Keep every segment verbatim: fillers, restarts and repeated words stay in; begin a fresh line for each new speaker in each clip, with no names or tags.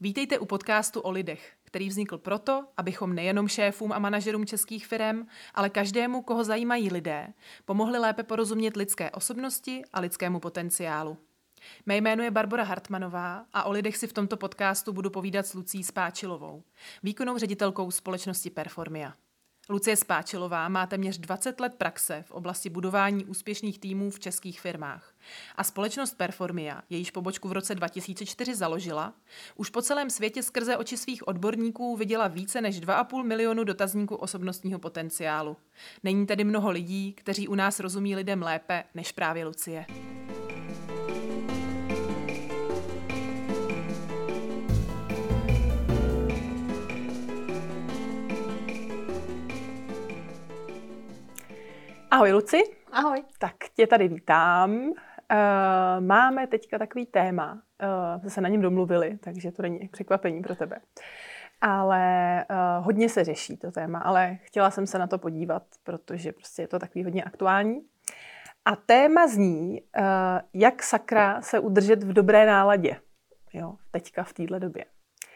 Vítejte u podcastu o lidech, který vznikl proto, abychom nejenom šéfům a manažerům českých firem, ale každému, koho zajímají lidé, pomohli lépe porozumět lidské osobnosti a lidskému potenciálu. Mé jméno je Barbora Hartmanová a o lidech si v tomto podcastu budu povídat s Lucí Spáčilovou, výkonnou ředitelkou společnosti Performia. Lucie Spáčilová má téměř dvacet let praxe v oblasti budování úspěšných týmů v českých firmách. A společnost Performia, jejíž pobočku v roce dva tisíce čtyři založila, už po celém světě skrze oči svých odborníků viděla více než dva a půl milionu dotazníků osobnostního potenciálu. Není tedy mnoho lidí, kteří u nás rozumí lidem lépe než právě Lucie. Ahoj Luci.
Ahoj.
Tak tě tady vítám. Uh, máme teďka takový téma, uh, se na něm domluvili, takže to není překvapení pro tebe. Ale uh, hodně se řeší to téma, ale chtěla jsem se na to podívat, protože prostě je to takový hodně aktuální. A téma zní, uh, jak sakra se udržet v dobré náladě, jo, teďka v téhle době.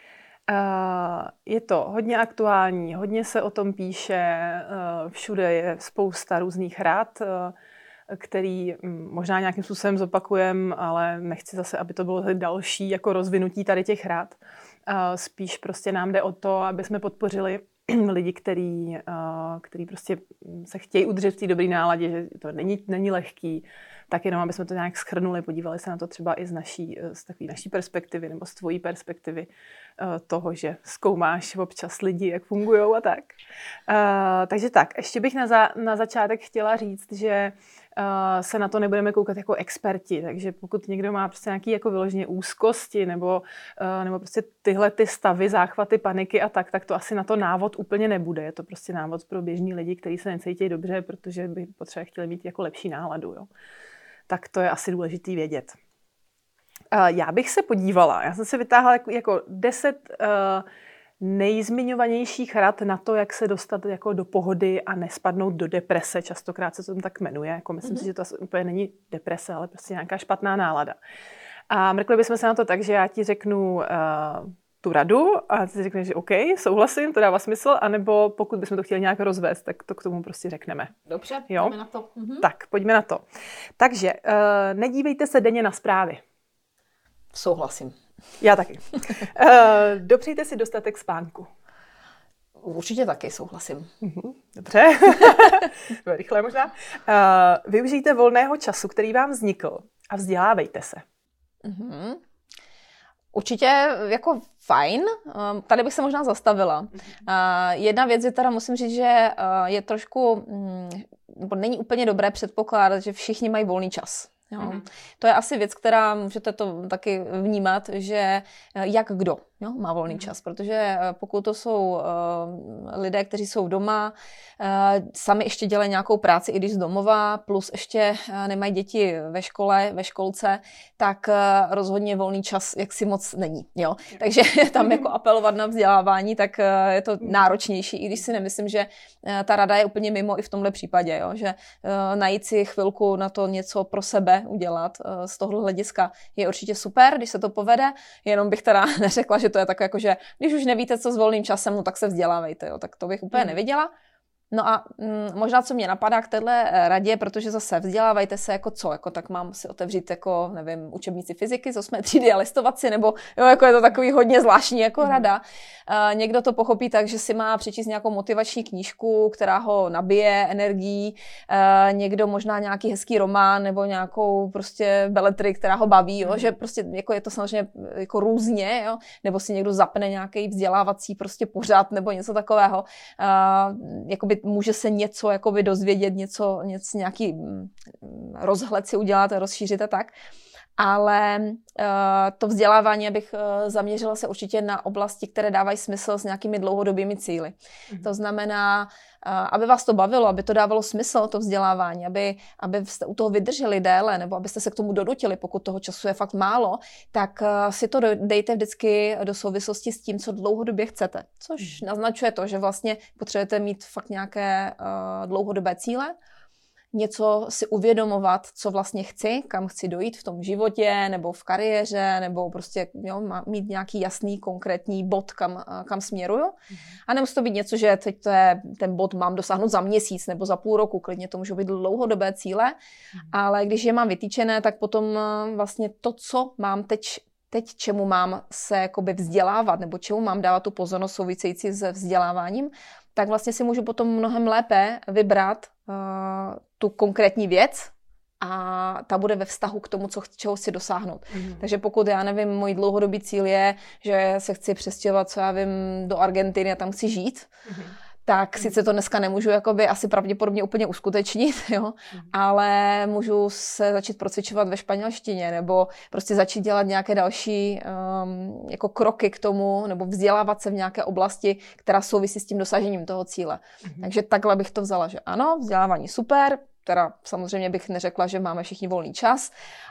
Uh, je to hodně aktuální, hodně se o tom píše, uh, všude je spousta různých rad, uh, který um, možná nějakým způsobem zopakujem, ale nechci zase, aby to bylo další jako rozvinutí tady těch rad. Uh, spíš prostě nám jde o to, aby jsme podpořili lidi, který, uh, který prostě se chtějí udržet v té dobré náladě, že to není, není lehký, tak jenom, aby jsme to nějak shrnuli, podívali se na to třeba i z naší, z takové naší perspektivy nebo z tvojí perspektivy toho, že zkoumáš občas lidi, jak fungujou a tak. Uh, takže tak, ještě bych na, za, na začátek chtěla říct, že uh, se na to nebudeme koukat jako experti, takže pokud někdo má prostě nějaký jako vyloženě úzkosti nebo, uh, nebo prostě tyhle ty stavy, záchvaty, paniky a tak, tak to asi na to návod úplně nebude. Je to prostě návod pro běžný lidi, kteří se necítí dobře, protože by potřeba chtěli mít jako lepší náladu, jo. Tak to je asi důležitý vědět. Já bych se podívala, já jsem si vytáhla jako, jako deset uh, nejzmiňovanějších rad na to, jak se dostat jako do pohody a nespadnout do deprese. Častokrát se to tak jmenuje. Jako myslím mm-hmm. si, že to úplně není deprese, ale prostě nějaká špatná nálada. A mrkli bychom se na to tak, že já ti řeknu uh, tu radu a ty si řekneš, že OK, souhlasím, to dává smysl, anebo pokud bychom to chtěli nějak rozvést, tak to k tomu prostě řekneme.
Dobře,
jo?
pojďme na to. Mhm.
Tak, pojďme na to. Takže uh, nedívejte se denně na zprávy.
Souhlasím.
Já taky. Uh, dopřejte si dostatek spánku.
Určitě taky souhlasím.
Uh-huh. Dobře. To je rychle možná. Uh, využijte volného času, který vám vznikl a vzdělávejte se.
Uh-huh. Určitě jako fajn. Tady bych se možná zastavila. Uh, jedna věc je teda, musím říct, že uh, je trošku, nebo není úplně dobré předpokládat, že všichni mají volný čas. Jo. Mm-hmm. To je asi věc, která můžete to taky vnímat, že jak kdo jo, má volný mm-hmm. čas, protože pokud to jsou uh, lidé, kteří jsou doma, uh, sami ještě dělají nějakou práci, i když z domova, plus ještě uh, nemají děti ve škole, ve školce, tak uh, rozhodně volný čas jaksi moc není. Jo. Mm-hmm. Takže tam jako apelovat na vzdělávání, tak uh, je to mm-hmm. náročnější, i když si nemyslím, že uh, ta rada je úplně mimo i v tomhle případě, jo, že uh, najít si chvilku na to něco pro sebe udělat z tohohle hlediska je určitě super, když se to povede, jenom bych teda neřekla, že to je tak jako, že když už nevíte, co s volným časem, no tak se vzdělávejte, jo, tak to bych úplně mm. neviděla. No a mm, možná, co mě napadá k téhle radě, protože zase vzdělávajte se jako co, jako tak mám si otevřít jako, nevím, učebnici fyziky z osmé třídy a listovat si, nebo jo, jako je to takový hodně zvláštní jako mm. rada. Uh, někdo to pochopí tak, že si má přečíst nějakou motivační knížku, která ho nabije energií, uh, někdo možná nějaký hezký román nebo nějakou prostě beletry, která ho baví, jo, mm. že prostě jako je to samozřejmě jako různě, jo, nebo si někdo zapne nějaký vzdělávací prostě pořad nebo něco takového. Uh, jakoby může se něco jakoby dozvědět, něco, něco nějaký rozhled si udělat, rozšířit a tak. Ale uh, to vzdělávání, abych uh, zaměřila se určitě na oblasti, které dávají smysl s nějakými dlouhodobými cíli. Mm-hmm. To znamená, uh, aby vás to bavilo, aby to dávalo smysl, to vzdělávání, aby, aby jste u toho vydrželi déle, nebo abyste se k tomu donutili, pokud toho času je fakt málo, tak uh, si to dejte vždycky do souvislosti s tím, co dlouhodobě chcete. Což mm-hmm. naznačuje to, že vlastně potřebujete mít fakt nějaké uh, dlouhodobé cíle. něco si uvědomovat, co vlastně chci, kam chci dojít v tom životě, nebo v kariéře, nebo prostě jo, mít nějaký jasný, konkrétní bod, kam, kam směruju. Mm. A nemusí to být něco, že teď to je, ten bod mám dosáhnout za měsíc nebo za půl roku, klidně to můžou být dlouhodobé cíle, mm. ale když je mám vytýčené, tak potom vlastně to, co mám teď, teď čemu mám se jakoby vzdělávat, nebo čemu mám dávat tu pozornost související s vzděláváním, tak vlastně si můžu potom mnohem lépe vybrat uh, tu konkrétní věc a ta bude ve vztahu k tomu, co, čeho chci dosáhnout. Mm. Takže pokud, já nevím, můj dlouhodobý cíl je, že se chci přestěhovat, co já vím, do Argentiny a tam chci žít, mm. tak sice to dneska nemůžu jakoby asi pravděpodobně úplně uskutečnit, jo, mm. ale můžu se začít procvičovat ve španělštině nebo prostě začít dělat nějaké další um, jako kroky k tomu nebo vzdělávat se v nějaké oblasti, která souvisí s tím dosažením toho cíle. Mm. Takže takhle bych to vzala, že ano, vzdělávání super, teda samozřejmě bych neřekla, že máme všichni volný čas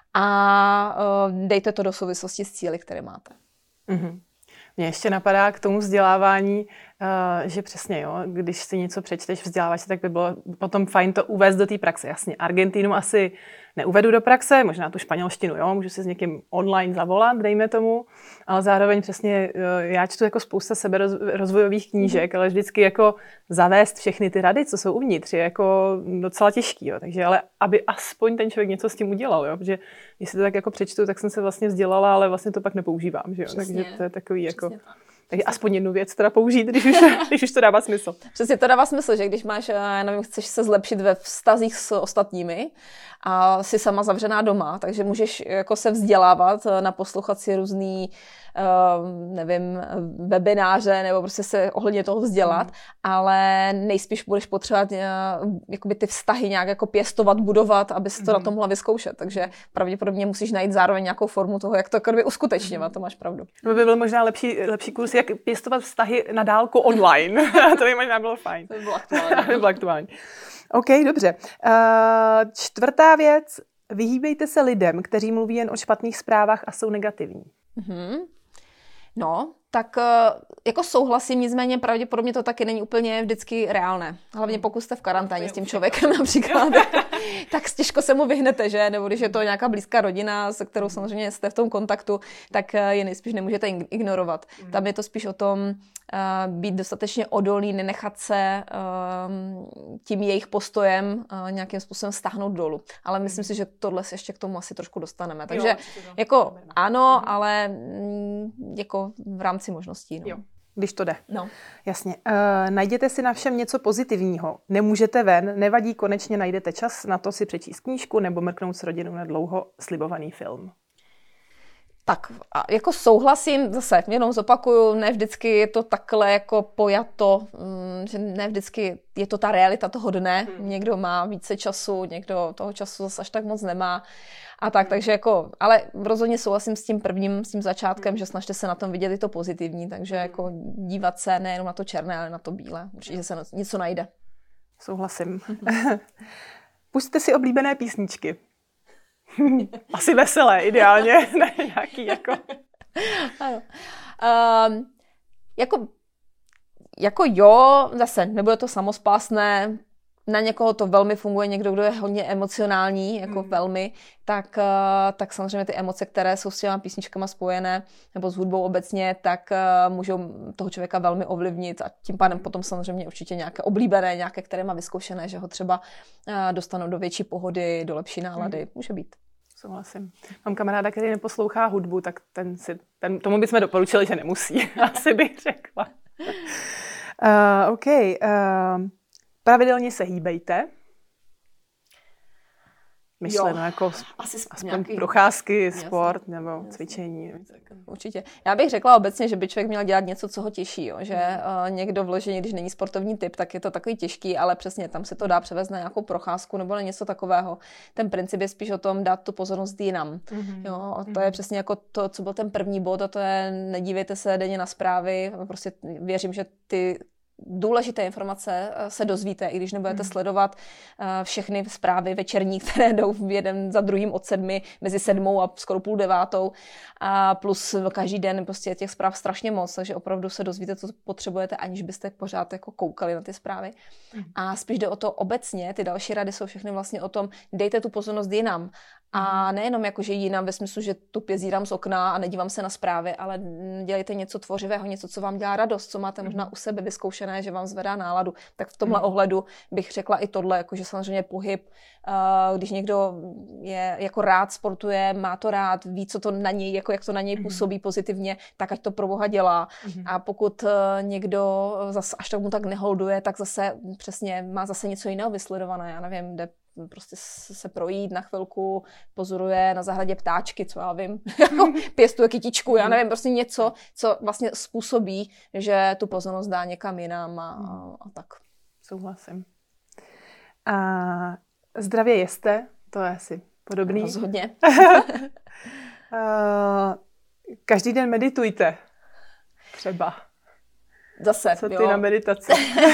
a uh, dejte to do souvislosti s cíli, které máte. Mm.
Mně ještě napadá k tomu vzdělávání, uh, že přesně, jo, když si něco přečteš vzdělávač, tak by bylo potom fajn to uvést do té praxe. Jasně, Argentinu asi neuvedu do praxe, možná tu španělštinu, jo, můžu si s někým online zavolat, dejme tomu, ale zároveň přesně uh, já čtu jako spousta seberozvojových knížek, mm. ale vždycky jako zavést všechny ty rady, co jsou uvnitř, je jako docela těžký, jo. Takže ale aby aspoň ten člověk něco s tím udělal, jo, protože když si to tak jako přečtu, tak jsem se vlastně vzdělala, ale vlastně to pak nepoužívám, že jo. Takže to je takový jako takže aspoň jednu věc teda použít, když už, když už to dává smysl.
Přesně to dává smysl, že když máš, já nevím, chceš se zlepšit ve vztazích s ostatními a jsi sama zavřená doma, takže můžeš jako se vzdělávat, naposlouchat si různý, uh, nevím, webináře nebo prostě se ohledně toho vzdělat, mm. ale nejspíš budeš potřebovat uh, jakoby ty vztahy nějak jako pěstovat, budovat, aby si to mm. na tom mohla vyzkoušet. Takže pravděpodobně musíš najít zároveň nějakou formu toho, jak to jakoby uskutečňovat, mm. to máš pravdu.
To by byl možná lepší, lepší kurz, jak pěstovat vztahy na dálku online. To by možná bylo fajn.
To by bylo aktuální.
To by bylo aktuální. OK, dobře. Uh, čtvrtá věc. Vyhýbejte se lidem, kteří mluví jen o špatných zprávách a jsou negativní.
Mm-hmm. No, tak jako souhlasím, nicméně pravděpodobně to taky není úplně vždycky reálné. Hlavně pokud jste v karanténě s tím člověkem například, tak těžko se mu vyhnete, že? Nebo když je to nějaká blízká rodina, se kterou samozřejmě jste v tom kontaktu, tak je nejspíš nemůžete ignorovat. Tam je to spíš o tom uh, být dostatečně odolný, nenechat se uh, tím jejich postojem uh, nějakým způsobem stáhnout dolů. Ale myslím si, že tohle se ještě k tomu asi trošku dostaneme. Takže jo, jako ano, ale mm, jako v rámci možností. No.
Jo, když to jde.
No.
Jasně. Uh, najděte si na všem něco pozitivního. Nemůžete ven, nevadí, konečně najdete čas na to si přečíst knížku nebo mrknout s rodinou na dlouho slibovaný film.
Tak a jako souhlasím, zase jenom zopakuju, ne vždycky je to takhle jako pojato, že ne vždycky je to ta realita toho dne. Hmm. Někdo má více času, někdo toho času zase až tak moc nemá. A tak, takže jako, ale rozhodně souhlasím s tím prvním, s tím začátkem, hmm. že snažte se na tom vidět i to pozitivní, takže jako dívat se nejenom na to černé, ale na to bílé. Určitě se něco najde.
Souhlasím. Pusťte si oblíbené písničky. Asi veselé, ideálně, ne nějaký jako...
Ano. Um, jako, jako jo, zase nebude to samospásné, na někoho to velmi funguje, někdo, kdo je hodně emocionální, jako mm. velmi, tak, tak samozřejmě ty emoce, které jsou s těma písničkama spojené, nebo s hudbou obecně, tak můžou toho člověka velmi ovlivnit a tím pádem potom samozřejmě určitě nějaké oblíbené, nějaké, které má vyzkoušené, že ho třeba dostanou do větší pohody, do lepší nálady, mm. může být.
Souhlasím. Mám kamaráda, který neposlouchá hudbu, tak ten si, ten, tomu bychom doporučili, že nemusí, asi bych řekla. Uh, OK. Uh, pravidelně se hýbejte. Myšleno jako asi aspoň nějaký... procházky, sport jasný, nebo jasný. Cvičení.
Určitě. Já bych řekla obecně, že by člověk měl dělat něco, co ho těší. Jo? Že uh, někdo vloženě, když není sportovní typ, tak je to takový těžký, ale přesně tam se to dá převést na nějakou procházku nebo na něco takového. Ten princip je spíš o tom dát tu pozornost jinam. Mm-hmm. Jo? A to mm-hmm. je přesně jako to, co byl ten první bod, a to je nedívejte se denně na zprávy. Prostě věřím, že ty důležité informace se dozvíte, i když nebudete mm. sledovat všechny zprávy večerní, které jdou jeden za druhým od sedmi, mezi sedmou a skoro půl devátou. A plus každý den prostě těch zpráv strašně moc, takže opravdu se dozvíte, co potřebujete, aniž byste pořád jako koukali na ty zprávy. Mm. A spíš jde o to obecně, ty další rady jsou všechny vlastně o tom, dejte tu pozornost jinam. A nejenom jakože jinam ve smyslu, že tupě zírám z okna a nedívám se na zprávy, ale dělejte něco tvořivého, něco, co vám dělá radost, co máte možná u sebe vyzkoušené, že vám zvedá náladu. Tak v tomhle ohledu bych řekla i tohle, jakože samozřejmě pohyb, když někdo je jako rád sportuje, má to rád, ví, co to na něj, jako jak to na něj působí pozitivně, tak ať to pro Boha dělá. A pokud někdo zase až tak mu tak neholduje, tak zase přesně má zase něco jiného vysledované, já nevím, jde prostě se projít na chvilku, pozoruje na zahradě ptáčky, co já vím, pěstuje kytičku, já nevím, prostě něco, co vlastně způsobí, že tu pozornost dá někam jinam a, a tak.
Souhlasím. A zdravě jeste, to je asi podobný.
Rozhodně.
Každý den meditujte. Třeba.
Zase,
co ty
jo.
na meditaci?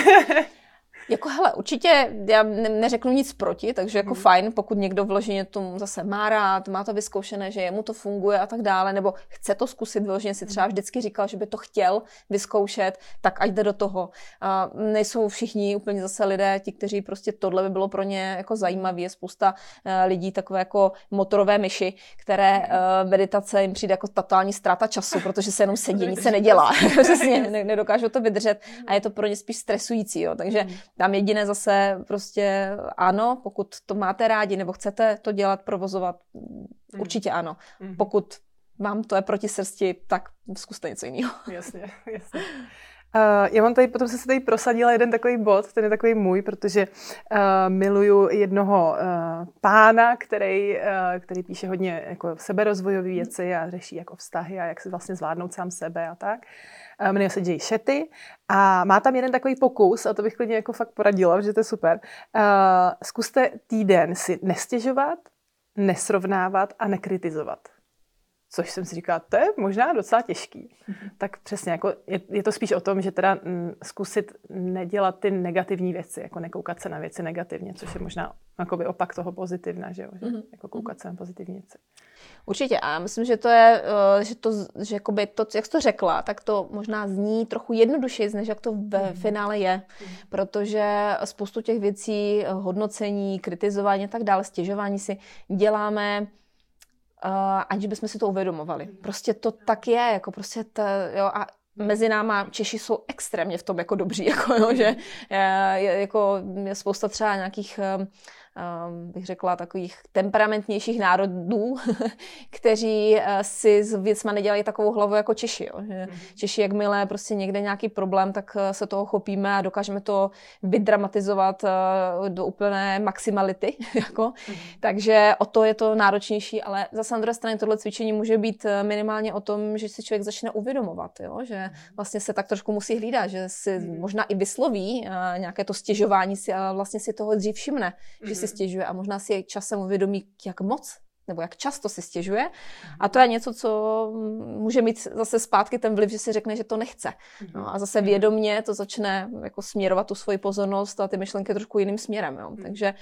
Jako hele, určitě já ne, neřeknu nic proti, takže jako hmm. fajn, pokud někdo vloženě tomu zase má rád, má to vyzkoušené, že jemu to funguje a tak dále, nebo chce to zkusit, vloženě si třeba vždycky říkal, že by to chtěl vyzkoušet, tak ať jde do toho. A nejsou všichni úplně zase lidé, ti, kteří prostě tohle by bylo pro ně jako zajímavé. Je spousta uh, lidí takové jako motorové myši, které uh, meditace jim přijde jako totální ztráta času, protože se jenom sedí, nic se nedělá. Přesně, nedokážou to vydržet a je to pro ně spíš stresující, jo. Takže tam jediné zase prostě ano, pokud to máte rádi nebo chcete to dělat, provozovat, mm. určitě ano. Mm. Pokud vám to je proti srsti, tak zkuste něco jiného.
Jasně, jasně. Uh, já mám tady, potom jsem se tady prosadila jeden takový bod, ten je takový můj, protože uh, miluju jednoho uh, pána, který, uh, který píše hodně jako seberozvojové věci a řeší jako vztahy a jak si vlastně zvládnout sám sebe a tak. Uh, jmenuje se Jay Shetty a má tam jeden takový pokus, a to bych klidně jako fakt poradila, protože to je super. Uh, zkuste týden si nestěžovat, nesrovnávat a nekritizovat. Což jsem si říkala, to je možná docela těžký. Mm-hmm. Tak přesně, jako je, je to spíš o tom, že teda m, zkusit nedělat ty negativní věci, jako nekoukat se na věci negativně, což je možná jakoby opak toho pozitivna, že jo? Že, mm-hmm. jako koukat se na pozitivní věci.
Určitě a myslím, že to je, že to, že jakoby to, jak jsi to řekla, tak to možná zní trochu jednodušeji, než jak to ve mm. finále je, mm. protože spoustu těch věcí, hodnocení, kritizování a tak dále, stěžování si děláme, Uh, aniž bychom si to uvědomovali. Prostě to tak je, jako prostě to, jo, a mezi náma Češi jsou extrémně v tom jako dobří, jako, jo, že je, je, jako je spousta třeba nějakých um, um, bych řekla, takových temperamentnějších národů, kteří uh, si s věcma nedělají takovou hlavu jako Češi. Jo. Že Češi, jakmile prostě někde nějaký problém, tak uh, se toho chopíme a dokážeme to vydramatizovat uh, do úplné maximality. Jako. Mm. Takže o to je to náročnější, ale zase na druhé straně tohle cvičení může být minimálně o tom, že si člověk začne uvědomovat, jo. Že vlastně se tak trošku musí hlídat, že si mm. možná i vysloví uh, nějaké to stěžování si a vlastně si toho dřív všimne, mm. že si stěžuje a možná si časem uvědomí, jak moc nebo jak často si stěžuje. A to je něco, co může mít zase zpátky ten vliv, že si řekne, že to nechce. No a zase vědomně to začne jako směrovat tu svoji pozornost a ty myšlenky trošku jiným směrem. Jo. Takže,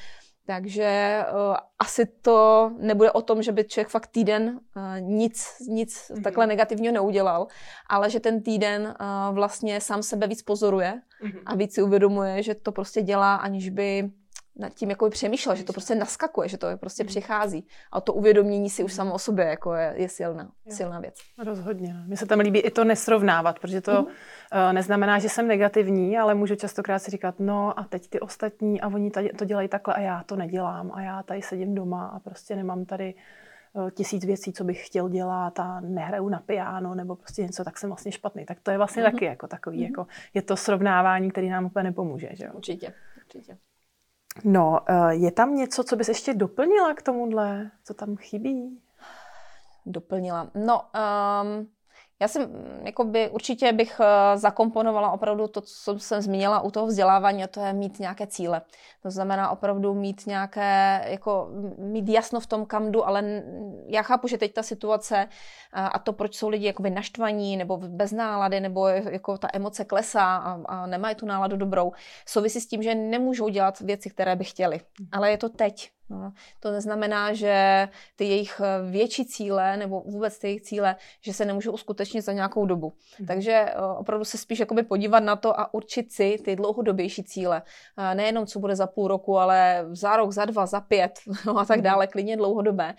takže uh, asi to nebude o tom, že by člověk fakt týden uh, nic, nic takhle negativního neudělal, ale že ten týden uh, vlastně sám sebe víc pozoruje a víc si uvědomuje, že to prostě dělá, aniž by nad tím jako by přemýšlel, že to prostě naskakuje, že to prostě přichází. A to uvědomění si už samo o sobě jako je, je silná, silná věc.
Rozhodně. Mně se tam líbí i to nesrovnávat, protože to mm. uh, neznamená, že jsem negativní, ale můžu častokrát si říkat, no a teď ty ostatní a oni tady to dělají takhle a já to nedělám a já tady sedím doma a prostě nemám tady uh, tisíc věcí, co bych chtěl dělat a nehraju na piano nebo prostě něco, tak jsem vlastně špatný. Tak to je vlastně mm. taky jako takový, mm. jako je to srovnávání, který nám úplně nepomůže. Že jo?
Určitě, určitě.
No, je tam něco, co bys ještě doplnila k tomuhle? Co tam chybí?
Doplnila. No, um, Já jsem, jakoby, určitě bych zakomponovala opravdu to, co jsem zmínila u toho vzdělávání, a to je mít nějaké cíle. To znamená opravdu mít nějaké, jako mít jasno v tom, kam jdu, ale já chápu, že teď ta situace a to, proč jsou lidi jakoby naštvaní, nebo bez nálady, nebo jako ta emoce klesá a, a nemají tu náladu dobrou, souvisí s tím, že nemůžou dělat věci, které by chtěli. Ale je to teď. No, to neznamená, že ty jejich větší cíle nebo vůbec ty jejich cíle, že se nemůžou uskutečnit za nějakou dobu. Mm. Takže opravdu se spíš jakoby podívat na to a určit si ty dlouhodobější cíle. Nejenom, co bude za půl roku, ale za rok, za dva, za pět no a tak dále, klidně dlouhodobé.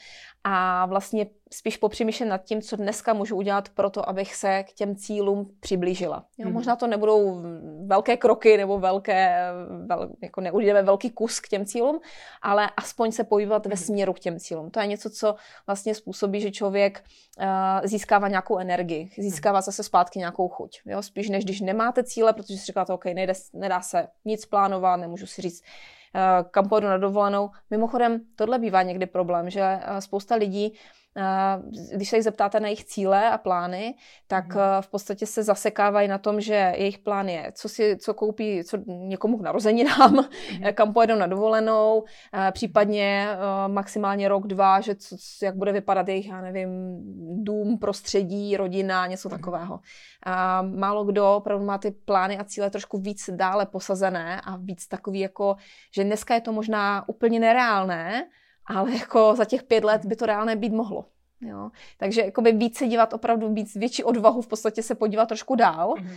A vlastně spíš popřemýšlet nad tím, co dneska můžu udělat pro to, abych se k těm cílům přiblížila. Jo, mm. Možná to nebudou velké kroky nebo velké, vel, jako neuděláme velký kus k těm cílům, ale aspoň se pohybovat ve směru k těm cílům. To je něco, co vlastně způsobí, že člověk uh, získává nějakou energii, získává zase zpátky nějakou chuť. Jo? Spíš než když nemáte cíle, protože si říkáte, OK, nejde, nedá se nic plánovat, nemůžu si říct, uh, kam půjdu na dovolenou. Mimochodem, tohle bývá někdy problém, že uh, spousta lidí, když se jich zeptáte na jejich cíle a plány, tak v podstatě se zasekávají na tom, že jejich plán je, co si, co koupí, co někomu k narozeninám, mm. kam pojedou na dovolenou, případně maximálně rok, dva, že co, jak bude vypadat jejich, já nevím, dům, prostředí, rodina, něco mm. takového. A málo kdo opravdu má ty plány a cíle trošku víc dále posazené a víc takový jako, že dneska je to možná úplně nereálné, ale jako za těch pět let by to reálně být mohlo. Jo. Takže jakoby víc se dívat opravdu, víc větší odvahu v podstatě se podívat trošku dál mm-hmm.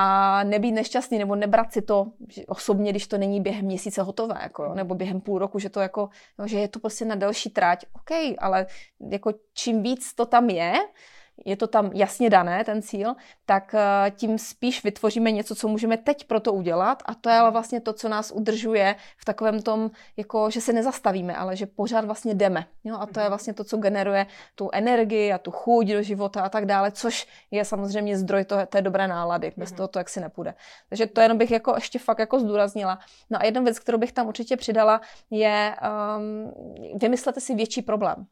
a nebýt nešťastný nebo nebrat si to osobně, když to není během měsíce hotové, jako, jo, nebo během půl roku, že to jako, jo, že je to prostě na delší tráť. OK, ale jako čím víc to tam je, je to tam jasně dané, ten cíl, tak tím spíš vytvoříme něco, co můžeme teď pro to udělat a to je ale vlastně to, co nás udržuje v takovém tom, jako, že se nezastavíme, ale že pořád vlastně jdeme. Jo? A to je vlastně to, co generuje tu energii a tu chuť do života a tak dále, což je samozřejmě zdroj toho, té dobré nálady. Bez toho to jaksi nepůjde. Takže to jenom bych jako ještě fakt jako zdůraznila. No a jedna věc, kterou bych tam určitě přidala, je um, vymyslete si větší problém.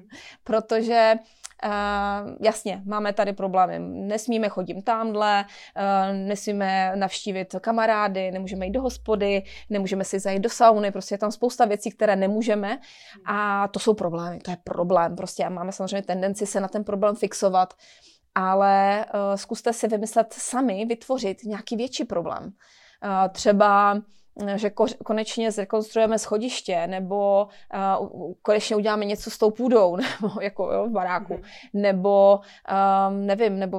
Protože Uh, jasně, máme tady problémy. Nesmíme chodit tamhle, uh, nesmíme navštívit kamarády, nemůžeme jít do hospody, nemůžeme si zajít do sauny, prostě je tam spousta věcí, které nemůžeme a to jsou problémy, to je problém prostě a máme samozřejmě tendenci se na ten problém fixovat, ale uh, zkuste si vymyslet sami, vytvořit nějaký větší problém. Uh, třeba že konečně zrekonstruujeme schodiště, nebo uh, konečně uděláme něco s tou půdou, nebo jako jo, v baráku, mm-hmm. nebo um, nevím, nebo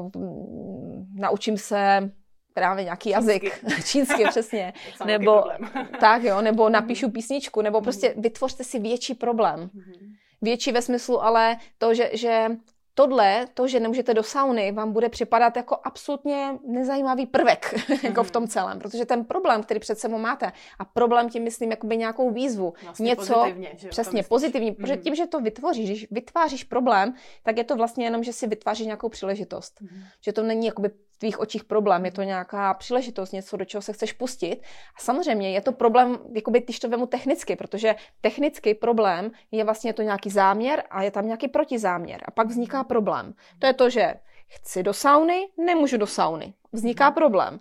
um, naučím se právě nějaký jazyk, čínsky, čínsky přesně, nebo tak jo, nebo napíšu písničku, nebo prostě mm-hmm. vytvořte si větší problém. Mm-hmm. Větší ve smyslu ale to, že, že tohle, to, že nemůžete do sauny, vám bude připadat jako absolutně nezajímavý prvek jako v tom celém, protože ten problém, který před sebou máte, a problém tím myslím jakoby nějakou výzvu,
vlastně
něco
pozitivně, že
přesně pozitivní, mm. protože tím, že to vytvoříš, když vytváříš problém, tak je to vlastně jenom, že si vytváříš nějakou příležitost. Mm. Že to není jakoby v tvých očích problém, je to nějaká příležitost, něco, do čeho se chceš pustit. A samozřejmě je to problém, jakoby, když to vemu technicky, protože technický problém je vlastně to nějaký záměr a je tam nějaký protizáměr. A pak vzniká problém. To je to, že chci do sauny, nemůžu do sauny. Vzniká problém.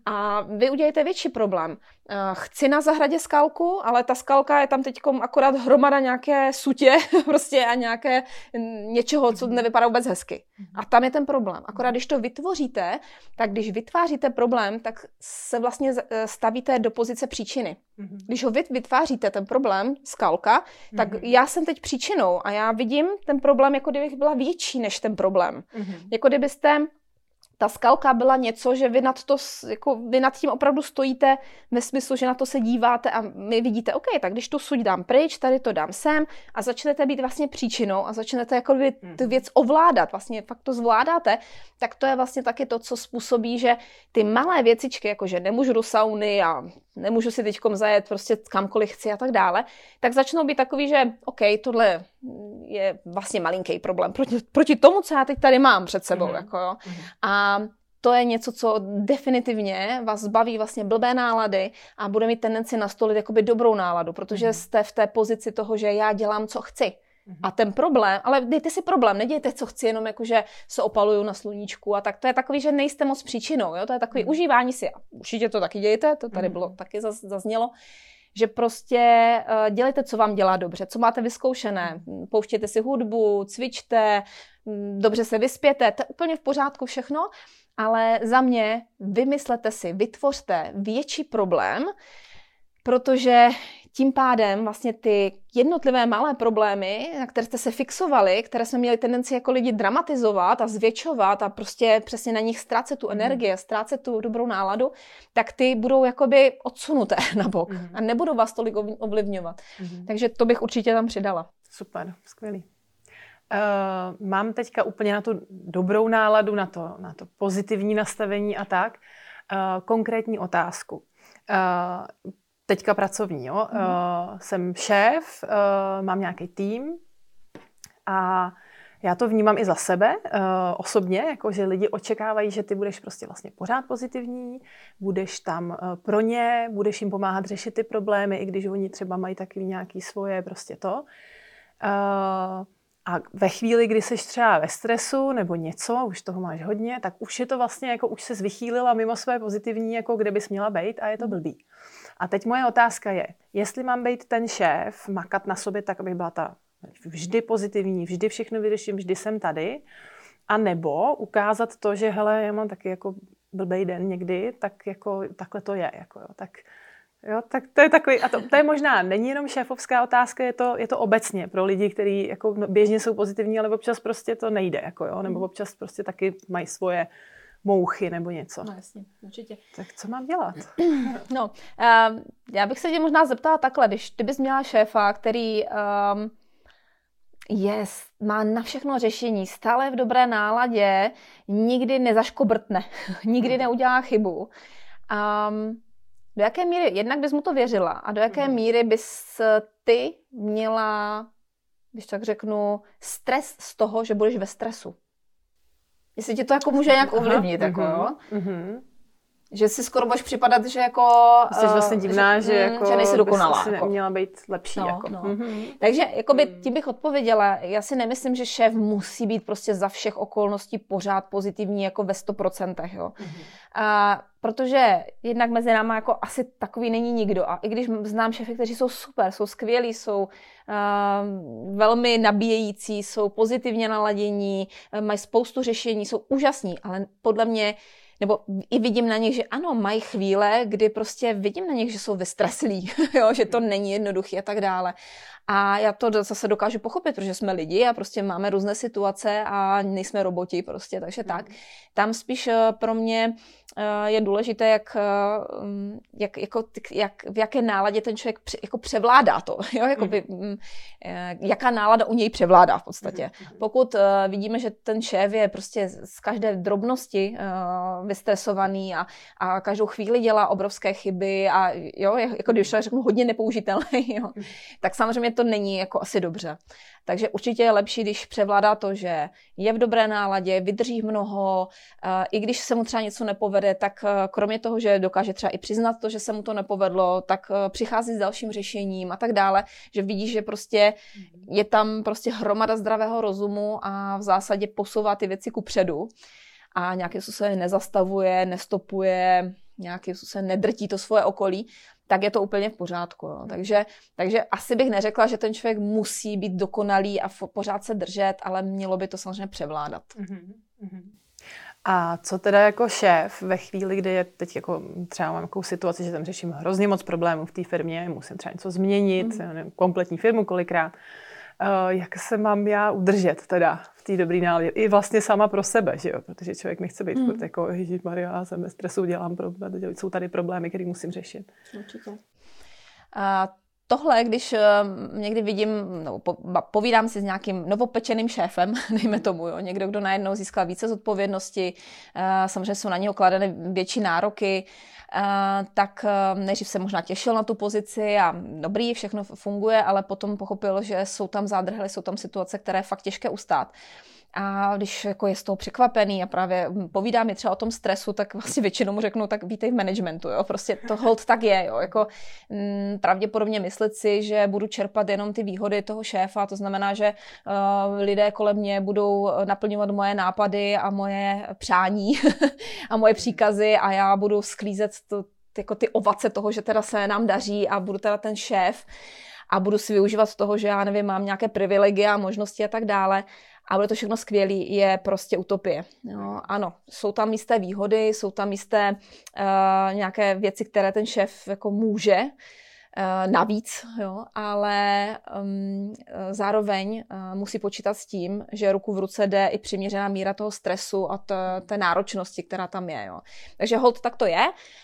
A vy udělejte větší problém. Chci na zahradě skalku, ale ta skalka je tam teď akorát hromada nějaké sutě prostě a nějaké něčeho, co nevypadá vůbec hezky. A tam je ten problém. Akorát když to vytvoříte, tak když vytváříte problém, tak se vlastně stavíte do pozice příčiny. Když ho vy vytváříte, ten problém, skalka, tak já jsem teď příčinou a já vidím ten problém, jako kdybych byla větší než ten problém. Jako kdybyste ta skalka byla něco, že vy nad, to, jako vy nad tím opravdu stojíte ve smyslu, že na to se díváte a my vidíte, OK, tak když tu suť dám pryč, tady to dám sem a začnete být vlastně příčinou a začnete jako by tu věc ovládat, vlastně fakt to zvládáte, tak to je vlastně taky to, co způsobí, že ty malé věcičky, jako že nemůžu do sauny a nemůžu si teďkom zajet prostě kamkoliv chci a tak dále, tak začnou být takový, že OK, tohle je vlastně malinký problém proti, proti tomu, co já teď tady mám před sebou. Mm-hmm. Jako jo. Mm-hmm. A to je něco, co definitivně vás zbaví vlastně blbé nálady a bude mít tendenci nastolit jakoby dobrou náladu, protože mm-hmm. jste v té pozici toho, že já dělám, co chci. A ten problém, ale dejte si problém, nedějte, co chci, jenom jakože se opaluju na sluníčku a tak. To je takový, že nejste moc příčinou, jo? To je takový mm. užívání si. Určitě to taky dějte, to tady bylo, mm. taky zaznělo, že prostě uh, dělejte, co vám dělá dobře, co máte vyzkoušené. Pouštěte si hudbu, cvičte, dobře se vyspěte, to je úplně v pořádku všechno, ale za mě vymyslete si, vytvořte větší problém, protože tím pádem vlastně ty jednotlivé malé problémy, na které jste se fixovali, které jsme měli tendenci jako lidi dramatizovat a zvětšovat a prostě přesně na nich ztrácet tu energii, ztrácet tu dobrou náladu, tak ty budou jakoby odsunuté na bok mm. a nebudou vás tolik ovlivňovat. Mm. Takže to bych určitě tam přidala.
Super, skvělý. Uh, mám teďka úplně na tu dobrou náladu, na to, na to pozitivní nastavení a tak. Uh, konkrétní otázku. Uh, Teďka pracovní, jo. Mm. Uh, jsem šéf, uh, mám nějaký tým a já to vnímám i za sebe uh, osobně, jako že lidi očekávají, že ty budeš prostě vlastně pořád pozitivní, budeš tam uh, pro ně, budeš jim pomáhat řešit ty problémy, i když oni třeba mají taky nějaký svoje prostě to. Uh, a ve chvíli, kdy jsi třeba ve stresu nebo něco, už toho máš hodně, tak už je to vlastně, jako už ses vychýlila mimo své pozitivní, jako kde bys měla být a je to blbý. A teď moje otázka je, jestli mám být ten šéf, makat na sobě tak, abych byla ta vždy pozitivní, vždy všechno vyřeším, vždy jsem tady, a nebo ukázat to, že hele, já mám taky jako blbej den někdy, tak jako takhle to je. Jako jo, tak, jo, tak to je takový, a to, to je možná, není jenom šéfovská otázka, je to, je to obecně pro lidi, kteří jako běžně jsou pozitivní, ale občas prostě to nejde, jako jo, nebo občas prostě taky mají svoje mouchy nebo něco.
No jasně, určitě.
Tak co mám dělat?
No, uh, já bych se tě možná zeptala takhle, když ty bys měla šéfa, který um, je, má na všechno řešení, stále je v dobré náladě, nikdy nezaškobrtne, nikdy neudělá chybu. Um, do jaké míry, jednak bys mu to věřila a do jaké míry bys ty měla, když tak řeknu, stres z toho, že budeš ve stresu? Jestli ti to jako může nějak ovlivnit, jako jo? Mm-hmm. Že si skoro budeš připadat, že jako...
Jsi vlastně divná, že, že, jako,
že nejsi dokonalá.
Že jako. Neměla být lepší.
No,
jako.
no.
Mm-hmm.
Takže jakoby, tím bych odpověděla, já si nemyslím, že šéf musí být prostě za všech okolností pořád pozitivní jako ve sto procent. Jo? Mm-hmm. A, protože jednak mezi náma jako asi takový není nikdo. A i když znám šéfy, kteří jsou super, jsou skvělí, jsou uh, velmi nabíjející, jsou pozitivně naladění, uh, mají spoustu řešení, jsou úžasní, ale podle mě nebo i vidím na nich, že ano, mají chvíle, kdy prostě vidím na nich, že jsou vystreslí, jo, že to není jednoduchý a tak dále. A já to zase dokážu pochopit, protože jsme lidi a prostě máme různé situace a nejsme roboti prostě, takže tak. Tam spíš pro mě je důležité, jak, jak, jako, jak, v jaké náladě ten člověk jako převládá to, jo, jakoby, jaká nálada u něj převládá v podstatě. Pokud vidíme, že ten šéf je prostě z každé drobnosti vystresovaný a, a každou chvíli dělá obrovské chyby a jo, jako když řeknu hodně nepoužitelný, jo, tak samozřejmě to není jako asi dobře. Takže určitě je lepší, když převládá to, že je v dobré náladě, vydrží mnoho, i když se mu třeba něco nepovede, tak kromě toho, že dokáže třeba i přiznat to, že se mu to nepovedlo, tak přichází s dalším řešením a tak dále, že vidí, že prostě je tam prostě hromada zdravého rozumu a v zásadě posouvá ty věci kupředu a nějakým způsobem nezastavuje, nestopuje, nějakým způsobem nedrtí to svoje okolí, tak je to úplně v pořádku. Jo. Takže, takže asi bych neřekla, že ten člověk musí být dokonalý a pořád se držet, ale mělo by to samozřejmě převládat.
Mm-hmm. A co teda jako šéf ve chvíli, kdy je teď jako třeba mám takovou situaci, že tam řeším hrozně moc problémů v té firmě, musím třeba něco změnit, mm-hmm. nevím, kompletní firmu kolikrát, uh, jak se mám já udržet teda v té dobré náladě? I vlastně sama pro sebe, že jo? Protože člověk nechce být mm. jako ježišmarja, já jsem ve stresu, dělám problém, jsou tady problémy, které musím řešit.
Určitě. A tohle, když někdy vidím, no, po, povídám si s nějakým novopečeným šéfem, dejme tomu, jo, někdo, kdo najednou získal více zodpovědnosti, samozřejmě jsou na něho kladeny větší nároky, tak nejdřív se možná těšil na tu pozici a dobrý, všechno funguje, ale potom pochopil, že jsou tam zádrhely, jsou tam situace, které je fakt těžké ustát. a když jako je z toho překvapený a právě povídá mi třeba o tom stresu, tak vlastně většinou mu řeknu, tak vítej v managementu, jo, prostě to hold tak je, jo, jako m, pravděpodobně myslet si, že budu čerpat jenom ty výhody toho šéfa, to znamená, že uh, lidé kolem mě budou naplňovat moje nápady a moje přání a moje příkazy a já budu sklízet to, jako ty ovace toho, že teda se nám daří a budu teda ten šéf a budu si využívat toho, že já nevím, mám nějaké privilegia, možnosti a tak dále a bude to všechno skvělý, je prostě utopie. Jo, ano, jsou tam jisté výhody, jsou tam jisté uh, nějaké věci, které ten šéf jako může uh, navíc, jo, ale um, zároveň uh, musí počítat s tím, že ruku v ruce jde i přiměřená míra toho stresu a t, té náročnosti, která tam je. Jo. Takže hold tak to je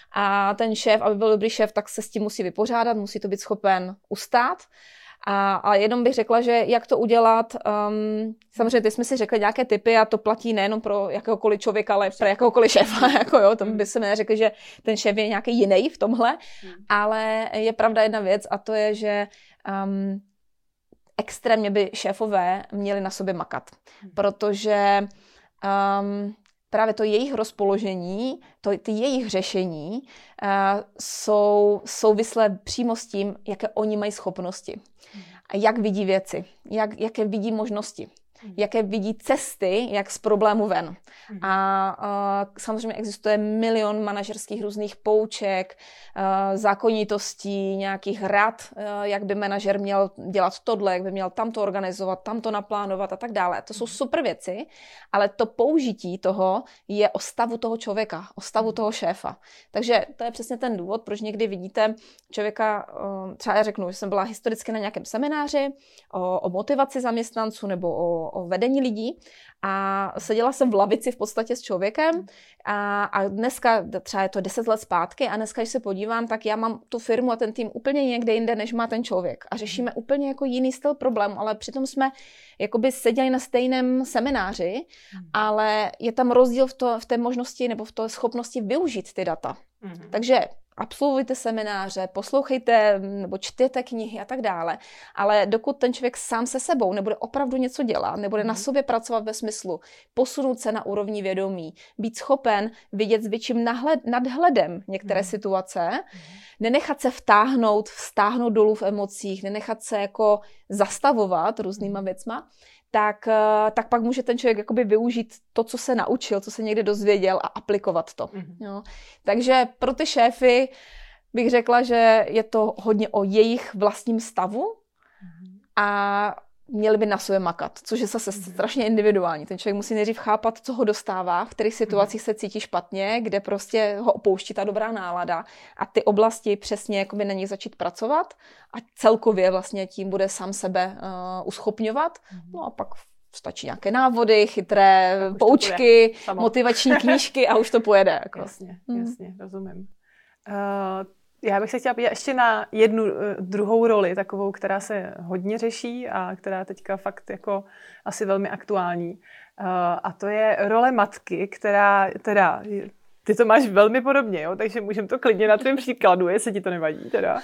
a ten šéf, aby byl dobrý šéf, tak se s tím musí vypořádat, musí to být schopen ustát. A, a jenom bych řekla, že jak to udělat, um, samozřejmě ty jsme si řekli nějaké tipy a to platí nejenom pro jakéhokoliv člověka, ale pro jakéhokoliv šéfa, jako jo, tam by se mi neřekli, že ten šéf je nějaký jiný v tomhle, hmm. ale je pravda jedna věc a to je, že um, extrémně by šéfové měli na sobě makat, hmm. protože um, právě to jejich rozpoložení, to, ty jejich řešení uh, jsou souvislé přímo s tím, jaké oni mají schopnosti. A jak vidí věci, jak, jaké vidí možnosti, jaké vidí cesty, jak z problému ven. A uh, samozřejmě existuje milion manažerských různých pouček, uh, zákonitostí, nějakých rad, uh, jak by manažer měl dělat tohle, jak by měl tamto organizovat, tamto naplánovat a tak dále. To jsou super věci, ale to použití toho je o stavu toho člověka, o stavu toho šéfa. Takže to je přesně ten důvod, proč někdy vidíte člověka, uh, třeba já řeknu, že jsem byla historicky na nějakém semináři o, o motivaci zaměstnanců nebo o, o vedení lidí a seděla jsem v lavici v podstatě s člověkem a, a dneska, třeba je to deset let zpátky a dneska, když se podívám, tak já mám tu firmu a ten tým úplně někde jinde, než má ten člověk a řešíme úplně jako jiný styl problému, ale přitom jsme jakoby seděli na stejném semináři, ale je tam rozdíl v, to, v té možnosti nebo v té schopnosti využít ty data. Mm-hmm. Takže absolvujte semináře, poslouchejte nebo čtěte knihy a tak dále, ale dokud ten člověk sám se sebou nebude opravdu něco dělat, nebude na sobě pracovat ve smyslu posunout se na úrovni vědomí, být schopen vidět s větším nahled, nadhledem některé mm. situace, mm. nenechat se vtáhnout, vztáhnout dolů v emocích, nenechat se jako zastavovat různýma věcma, tak, tak pak může ten člověk jakoby využít to, co se naučil, co se někde dozvěděl a aplikovat to. Mm-hmm. Jo. Takže pro ty šéfy bych řekla, že je to hodně o jejich vlastním stavu mm-hmm. a měli by na sobě makat, což je zase mm-hmm. strašně individuální. Ten člověk musí nejdřív chápat, co ho dostává, v kterých situacích mm-hmm. se cítí špatně, kde prostě ho opouští ta dobrá nálada a ty oblasti přesně jakoby na nich začít pracovat a celkově vlastně tím bude sám sebe uh, uschopňovat. Mm-hmm. No a pak stačí nějaké návody, chytré poučky, motivační knížky a už to pojede. Jako.
Jasně, jasně, mm. rozumím. Uh, Já bych se chtěla podívat ještě na jednu druhou roli, takovou, která se hodně řeší a která teďka fakt jako asi velmi aktuální. A to je role matky, která teda, ty to máš velmi podobně, jo? Takže můžeme to klidně na tvém příkladu, jestli ti to nevadí teda.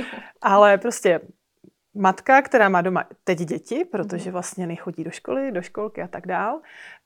Ale prostě matka, která má doma teď děti, protože vlastně nechodí do školy, do školky a tak dál.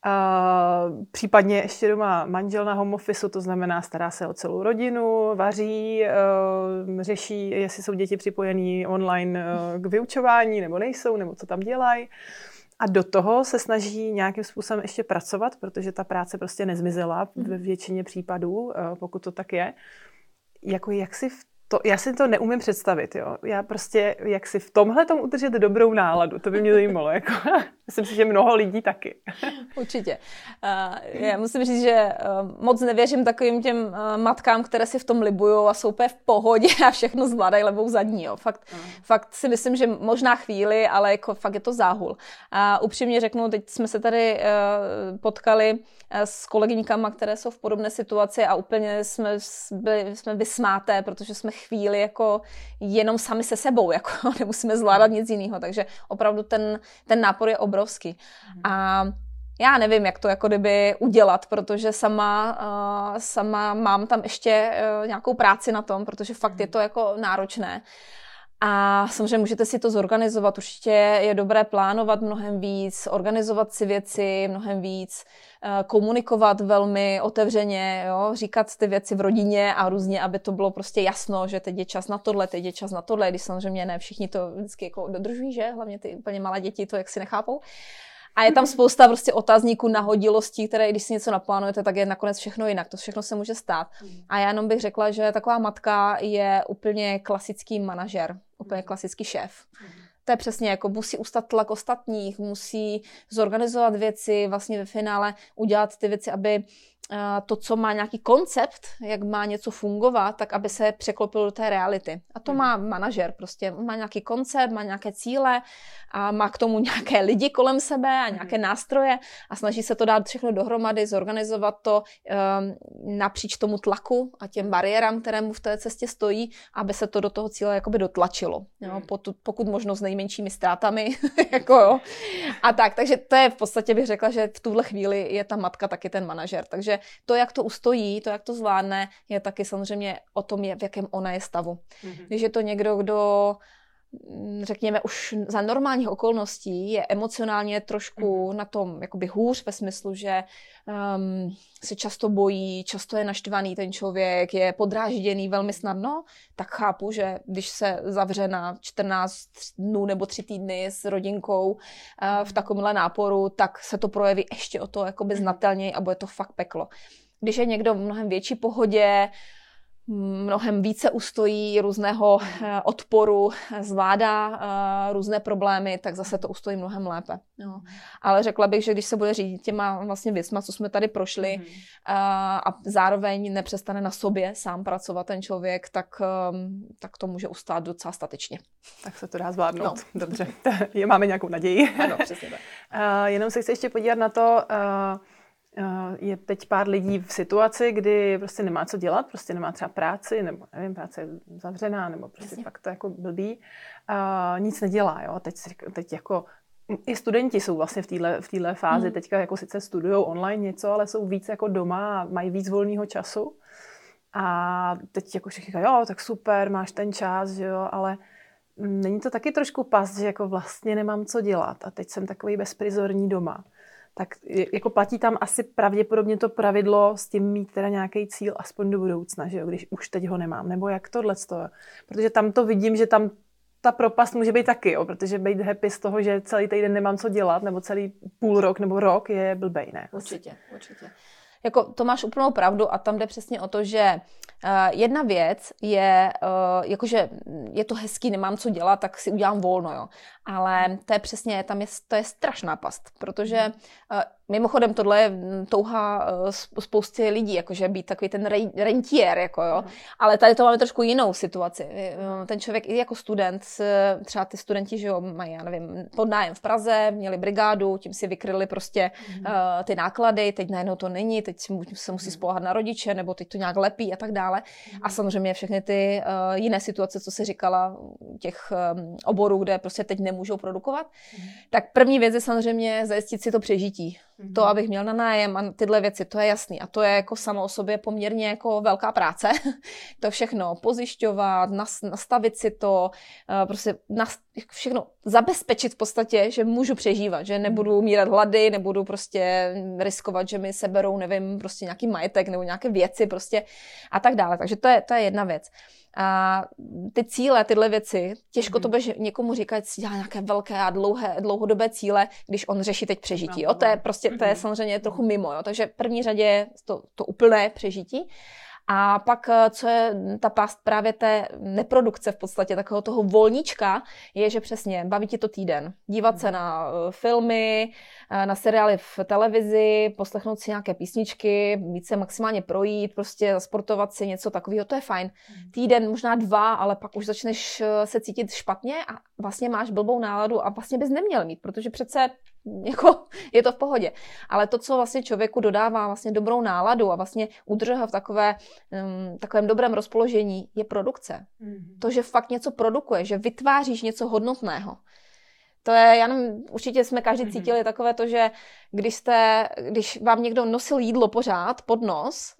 Uh, případně ještě doma manžel na home office, to znamená stará se o celou rodinu, vaří, uh, řeší, jestli jsou děti připojený online uh, k vyučování, nebo nejsou, nebo co tam dělají. A do toho se snaží nějakým způsobem ještě pracovat, protože ta práce prostě nezmizela ve většině případů, uh, pokud to tak je. Jako jak si v To, já si to neumím představit, jo. Já prostě, jak si v tomhle tom udržet dobrou náladu, to by mě zajímalo. Jako. Myslím si, že mnoho lidí taky.
Určitě. Uh, já musím říct, že uh, moc nevěřím takovým těm uh, matkám, které si v tom libujou a jsou úplně v pohodě a všechno zvládají levou zadní. Jo. Fakt, uh. fakt si myslím, že možná chvíli, ale jako fakt je to záhul. A upřímně řeknu, teď jsme se tady uh, potkali uh, s kolegyňkama, které jsou v podobné situaci a úplně jsme, byli, jsme vysmáté, protože jsme chvíli jako jenom sami se sebou, jako nemusíme zvládat nic jiného, takže opravdu ten, ten nápor je obrovský. Mm. A já nevím, jak to jako kdyby udělat, protože sama, uh, sama mám tam ještě uh, nějakou práci na tom, protože fakt mm. je to jako náročné. A samozřejmě můžete si to zorganizovat, určitě je dobré plánovat mnohem víc, organizovat si věci mnohem víc, komunikovat velmi otevřeně, jo? Říkat ty věci v rodině a různě, aby to bylo prostě jasno, že teď je čas na tohle, teď je čas na tohle, když samozřejmě ne všichni to vždycky jako dodržují, že? Hlavně ty úplně malé děti to jak si nechápou. A je tam spousta prostě otázníků, nahodilostí, které když si něco naplánujete, tak je nakonec všechno jinak. To všechno se může stát. A já jenom bych řekla, že taková matka je úplně klasický manažer, úplně klasický šéf. To je přesně jako musí ustat tlak ostatních, musí zorganizovat věci, vlastně ve finále udělat ty věci, aby to, co má nějaký koncept, jak má něco fungovat, tak aby se překlopilo do té reality. A to má manažer prostě. Má nějaký koncept, má nějaké cíle a má k tomu nějaké lidi kolem sebe a nějaké nástroje a snaží se to dát všechno dohromady, zorganizovat to um, napříč tomu tlaku a těm bariérám, které mu v té cestě stojí, aby se to do toho cíle jakoby dotlačilo. Jo? Pokud, pokud možno s nejmenšími ztrátami. jako jo. A tak, takže to je v podstatě, bych řekla, že v tuhle chvíli je ta matka taky ten manažer. Takže to, jak to ustojí, to, jak to zvládne, je taky samozřejmě o tom, v jakém ona je stavu. Mm-hmm. Když je to někdo, kdo, řekněme, už za normálních okolností je emocionálně trošku mm-hmm. na tom jakoby hůř, ve smyslu, že um, se často bojí, často je naštvaný ten člověk, je podrážděný velmi snadno, tak chápu, že když se zavře na čtrnáct dnů nebo tři týdny s rodinkou uh, v takovémhle náporu, tak se to projeví ještě o to jakoby znatelněji a bude to fakt peklo. Když je někdo v mnohem větší pohodě, mnohem více ustojí různého odporu, zvládá různé problémy, tak zase to ustojí mnohem lépe. Jo. Ale řekla bych, že když se bude řídit těma vlastně věcma, co jsme tady prošli mm. a zároveň nepřestane na sobě sám pracovat ten člověk, tak, tak to může ustát docela statečně.
Tak se to dá zvládnout. No. Dobře, máme nějakou naději.
Ano, přesně tak.
uh, jenom se chci ještě podívat na to, uh, je teď pár lidí v situaci, kdy prostě nemá co dělat, prostě nemá třeba práci, nebo nevím, práce je zavřená, nebo prostě Jasně. fakt to jako blbý. Uh, nic nedělá, jo. Teď, teď jako i studenti jsou vlastně v téhle v téhle fázi, hmm. teďka jako sice studujou online něco, ale jsou víc jako doma a mají víc volného času. A teď jako všichni říkají, jo, tak super, máš ten čas, že jo, ale není to taky trošku past, že jako vlastně nemám co dělat a teď jsem takový bezprizorní doma. Tak jako platí tam asi pravděpodobně to pravidlo s tím mít teda nějaký cíl aspoň do budoucna, že jo, když už teď ho nemám, nebo jak tohleto. Protože tam to vidím, že tam ta propast může být taky, jo, protože být happy z toho, že celý týden nemám co dělat, nebo celý půl rok nebo rok je blbej, ne?
Určitě, určitě. Jako to máš úplnou pravdu a tam jde přesně o to, že uh, jedna věc je, uh, jakože je to hezký, nemám co dělat, tak si udělám volno, jo. Ale to je přesně, tam je, to je strašná past, protože uh, mimochodem tohle je touha uh, spousty lidí, jakože být takový ten rentier, jako jo. Mm. Ale tady to máme trošku jinou situaci. Ten člověk i jako student, třeba ty studenti, že jo, mají, já nevím, podnájem v Praze, měli brigádu, tím si vykryli prostě mm. uh, ty náklady, teď najednou to není, teď se musí spoléhat na rodiče, nebo teď to nějak lepí a tak dále. Mm. A samozřejmě všechny ty uh, jiné situace, co jsi říkala, těch um, oborů, kde prostě teď nemůžou produkovat. Mm. Tak první věc je samozřejmě zajistit si to přežití. Mm. To, abych měl na nájem a tyhle věci, to je jasný. A to je jako samo o sobě poměrně jako velká práce. To všechno pozjišťovat, nastavit si to, uh, prostě nas, všechno zabezpečit v podstatě, že můžu přežívat, že nebudu umírat hlady, nebudu prostě riskovat, že mi seberou, nevím, prostě nějaký majetek nebo nějaké věci prostě a tak dále. Takže to je, to je jedna věc. A ty cíle, tyhle věci, těžko to budeš někomu říkat, si dělá nějaké velké a dlouhé, dlouhodobé cíle, když on řeší teď přežití. Jo? To je prostě, to je samozřejmě trochu mimo. Jo? Takže v první řadě je to, to úplné přežití. A pak, co je ta past právě té neprodukce v podstatě, takového toho volníčka, je, že přesně baví ti to týden. Dívat se na filmy, na seriály v televizi, poslechnout si nějaké písničky, mít se maximálně projít, prostě sportovat si něco takového, to je fajn. Týden, možná dva, ale pak už začneš se cítit špatně a vlastně máš blbou náladu a vlastně bys neměl mít, protože přece jako je to v pohodě. Ale to, co vlastně člověku dodává vlastně dobrou náladu a vlastně udržuje ho v takové, um, takovém dobrém rozpoložení, je produkce. Mm-hmm. To, že fakt něco produkuje, že vytváříš něco hodnotného. To je, já nevím, určitě jsme každý mm-hmm. cítili takové to, že když, jste, když vám někdo nosil jídlo pořád pod nos,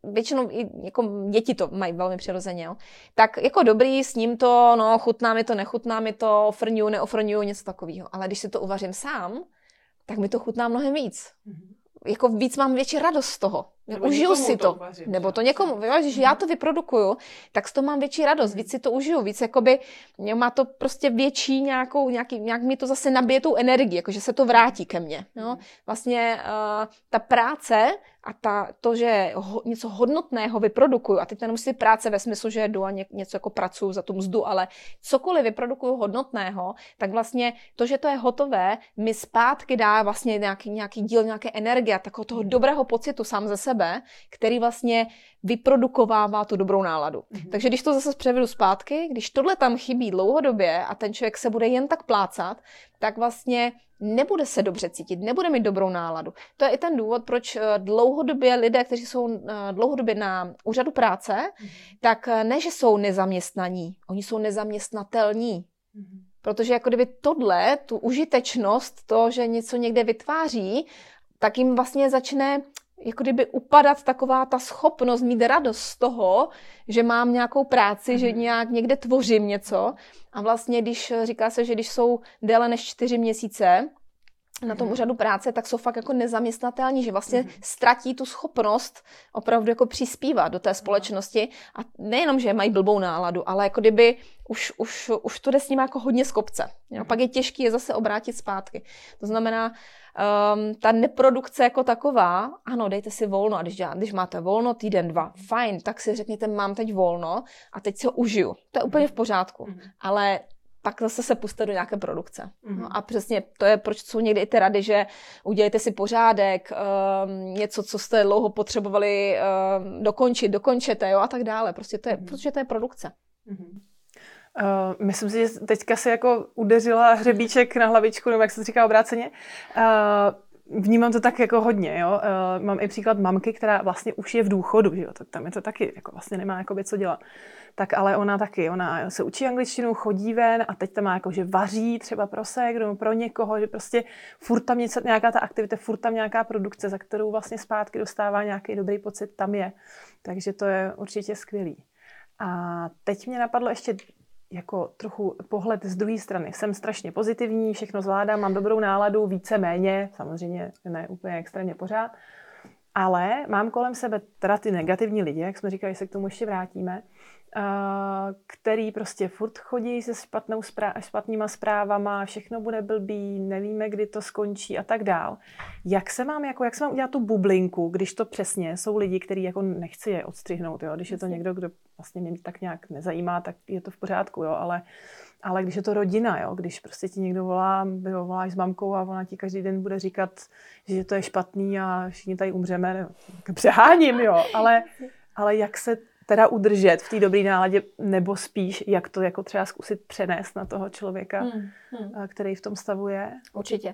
většinou i jako děti to mají velmi přirozeně, jo. Tak jako dobrý, s ním to, no, chutná mi to, nechutná mi to, ofrňuju, neofrňuju, něco takového. Ale když si to uvařím sám, tak mi to chutná mnohem víc. Mm-hmm. Jako víc mám větší radost z toho. Nebo užiju si to. Uvařím, nebo to někomu, když já to vyprodukuju, tak z toho mám větší radost, víc si to užiju, víc jakoby, má to prostě větší nějakou, nějaký, nějak mi to zase nabije tou energii, jakože se to vrátí ke mně. Jo? Vlastně uh, ta práce a ta, to, že ho, něco hodnotného vyprodukuju, a teď nemusí práce ve smyslu, že jdu a ně, něco jako pracuju za tu mzdu, ale cokoliv vyprodukuju hodnotného, tak vlastně to, že to je hotové, mi zpátky dá vlastně nějaký, nějaký díl nějaké energie, takového toho dobrého pocitu sám ze sebe, který vlastně vyprodukovává tu dobrou náladu. Mm-hmm. Takže když to zase převedu zpátky, když tohle tam chybí dlouhodobě a ten člověk se bude jen tak plácat, tak vlastně nebude se dobře cítit, nebude mít dobrou náladu. To je i ten důvod, proč dlouhodobě lidé, kteří jsou dlouhodobě na úřadu práce, mm-hmm. tak ne, že jsou nezaměstnaní, oni jsou nezaměstnatelní. Mm-hmm. Protože jako kdyby tohle, tu užitečnost, to, že něco někde vytváří, tak jim vlastně začne jako kdyby upadat taková ta schopnost mít radost z toho, že mám nějakou práci, mm. že nějak někde tvořím něco. A vlastně, když říká se, že když jsou déle než čtyři měsíce na tom úřadu práce, tak jsou fakt jako nezaměstnatelní, že vlastně mm. ztratí tu schopnost opravdu jako přispívat do té společnosti. A nejenom, že mají blbou náladu, ale jako kdyby už, už, už to jde s nimi jako hodně z kopce. Jo? Pak je těžké je zase obrátit zpátky. To znamená, Um, ta neprodukce jako taková, ano, dejte si volno a když, když máte volno týden, dva, fajn, tak si řekněte, mám teď volno a teď si ho užiju. To je úplně v pořádku, mm. ale pak zase se puste do nějaké produkce. Mm. No a přesně to je, proč jsou někdy i ty rady, že udělejte si pořádek, um, něco, co jste dlouho potřebovali um, dokončit, dokončete, jo, a tak dále. Prostě to je, mm. protože to je produkce.
Mm. Uh, myslím si, že teďka si jako udeřila hřebíček na hlavičku, nebo jak se to říká obráceně. Uh, vnímám to tak jako hodně, jo. Uh, mám i příklad mamky, která vlastně už je v důchodu, že jo. Tak tam je to taky, jako vlastně nemá jakoby co dělat. Tak ale ona taky, ona se učí angličtinu, chodí ven a teď tam má jako, že vaří třeba pro sekdu, pro někoho, že prostě furt tam něco, nějaká ta aktivita, furt tam nějaká produkce, za kterou vlastně zpátky dostává nějaký dobrý pocit, tam je. Takže to je určitě skvělý. A teď mě napadlo ještě jako trochu pohled z druhé strany. Jsem strašně pozitivní, všechno zvládám, mám dobrou náladu, více méně, samozřejmě ne úplně extrémně pořád, ale mám kolem sebe teda ty negativní lidi, jak jsme říkali, se k tomu ještě vrátíme, který prostě furt chodí se špatnou zpráv, špatnýma zprávama, všechno bude blbý, nevíme, kdy to skončí a tak dál. Jak se mám, jako, jak se mám udělat tu bublinku, když to přesně jsou lidi, kteří jako nechci je odstřihnout, jo? Když je to někdo, kdo vlastně mě tak nějak nezajímá, tak je to v pořádku, jo? Ale, ale když je to rodina, jo? Když prostě ti někdo volá, jo, voláš s mamkou a ona ti každý den bude říkat, že to je špatný a všichni tady umřeme, přeháním, jo? Ale, ale jak se teda udržet v té dobré náladě, nebo spíš, jak to jako třeba zkusit přenést na toho člověka, hmm, hmm. který v tom stavu je?
Určitě.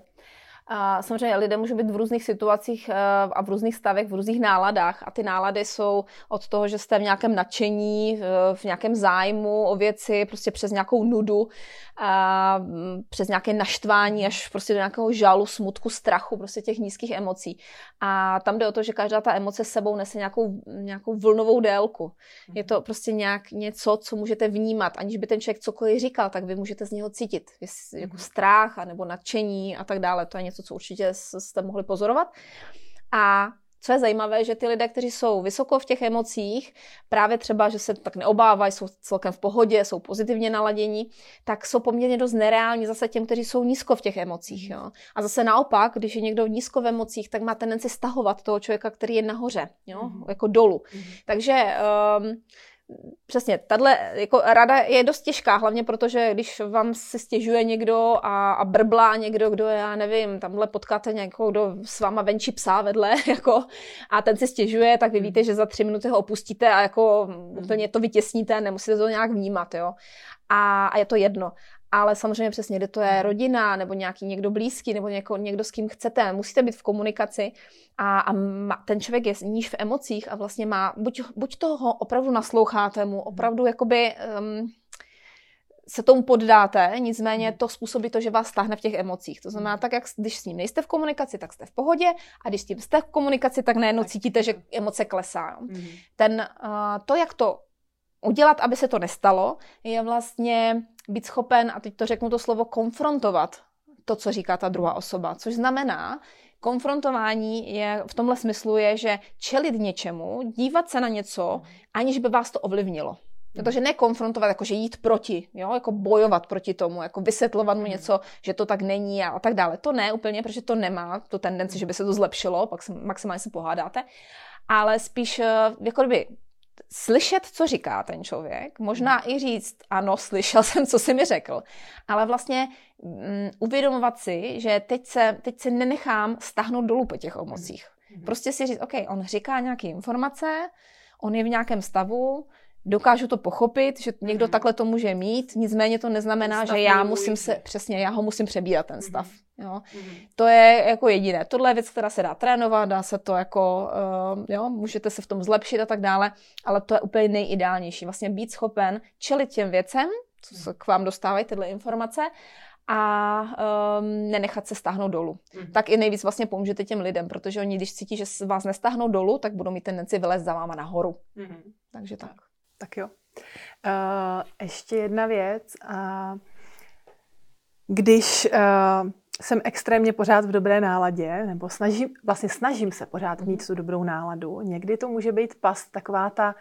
A samozřejmě lidé můžou být v různých situacích a v různých stavech, v různých náladách a ty nálady jsou od toho, že jste v nějakém nadšení, v nějakém zájmu o věci, prostě přes nějakou nudu, a přes nějaké naštvání až prostě do nějakého žalu, smutku, strachu, prostě těch nízkých emocí. A tam jde o to, že každá ta emoce s sebou nese nějakou, nějakou vlnovou délku. Je to prostě nějak něco, co můžete vnímat, aniž by ten člověk cokoliv říkal, tak vy můžete z něho cítit. Jako strach a nebo nadšení a tak dále. To je něco, co určitě jste mohli pozorovat. A co je zajímavé, že ty lidé, kteří jsou vysoko v těch emocích, právě třeba, že se tak neobávají, jsou celkem v pohodě, jsou pozitivně naladění, tak jsou poměrně dost nereální zase těm, kteří jsou nízko v těch emocích. Jo. A zase naopak, když je někdo nízko v emocích, tak má tendenci stahovat toho člověka, který je nahoře, jo, mm-hmm. jako dolů. Mm-hmm. Takže um, přesně, tato jako rada je dost těžká, hlavně protože když vám se stěžuje někdo a, a brblá někdo, kdo, já nevím, tamhle potkáte někoho, kdo s váma venčí psa vedle, jako, a ten si stěžuje, tak vy víte, že za tři minuty ho opustíte a jako úplně to vytěsníte, nemusíte to nějak vnímat, jo. A, a je to jedno. Ale samozřejmě přesně, kde to je rodina, nebo nějaký někdo blízký, nebo něko, někdo, s kým chcete, musíte být v komunikaci a, a má, ten člověk je níž v emocích a vlastně má, buď, buď toho opravdu nasloucháte mu, opravdu jakoby um, se tomu poddáte, nicméně to způsobí to, že vás stáhne v těch emocích. To znamená, tak jak když s ním nejste v komunikaci, tak jste v pohodě, a když s tím jste v komunikaci, tak najednou cítíte, že emoce klesá. Mm. Ten, uh, to, jak to udělat, aby se to nestalo, je vlastně být schopen, a teď to řeknu to slovo, konfrontovat to, co říká ta druhá osoba. Což znamená, konfrontování je v tomhle smyslu je, že čelit něčemu, dívat se na něco, aniž by vás to ovlivnilo. Takže ne konfrontovat, jakože jít proti, jo? Jako bojovat proti tomu, jako vysvětlovat mu něco, že to tak není a, a tak dále. To ne úplně, protože to nemá tu tendenci, že by se to zlepšilo, pak se, maximálně se pohádáte, ale spíš jako kdyby slyšet, co říká ten člověk, možná i říct, ano, slyšel jsem, co jsi mi řekl, ale vlastně um, uvědomovat si, že teď se, teď se nenechám stáhnout dolů po těch emocích. Prostě si říct, OK, on říká nějaké informace, on je v nějakém stavu, dokážu to pochopit, že někdo mm. takhle to může mít, nicméně to neznamená, že já musím se, přesně, já ho musím přebírat ten stav. Jo. Mm. To je jako jediné. Tohle je věc, která se dá trénovat, dá se to jako, uh, jo, můžete se v tom zlepšit a tak dále, ale to je úplně nejideálnější. Vlastně být schopen čelit těm věcem, co se k vám dostávají tyhle informace, a um, nenechat se stáhnout dolů. Mm. Tak i nejvíc vlastně pomůžete těm lidem, protože oni, když cítí, že vás nestáhnou dolů, tak budou mít tendenci vylézt za váma nahoru. Mm. Takže tak.
Tak jo. Uh, ještě jedna věc. Uh, když uh, jsem extrémně pořád v dobré náladě, nebo snažím, vlastně snažím se pořád mít tu dobrou náladu, někdy to může být past taková ta,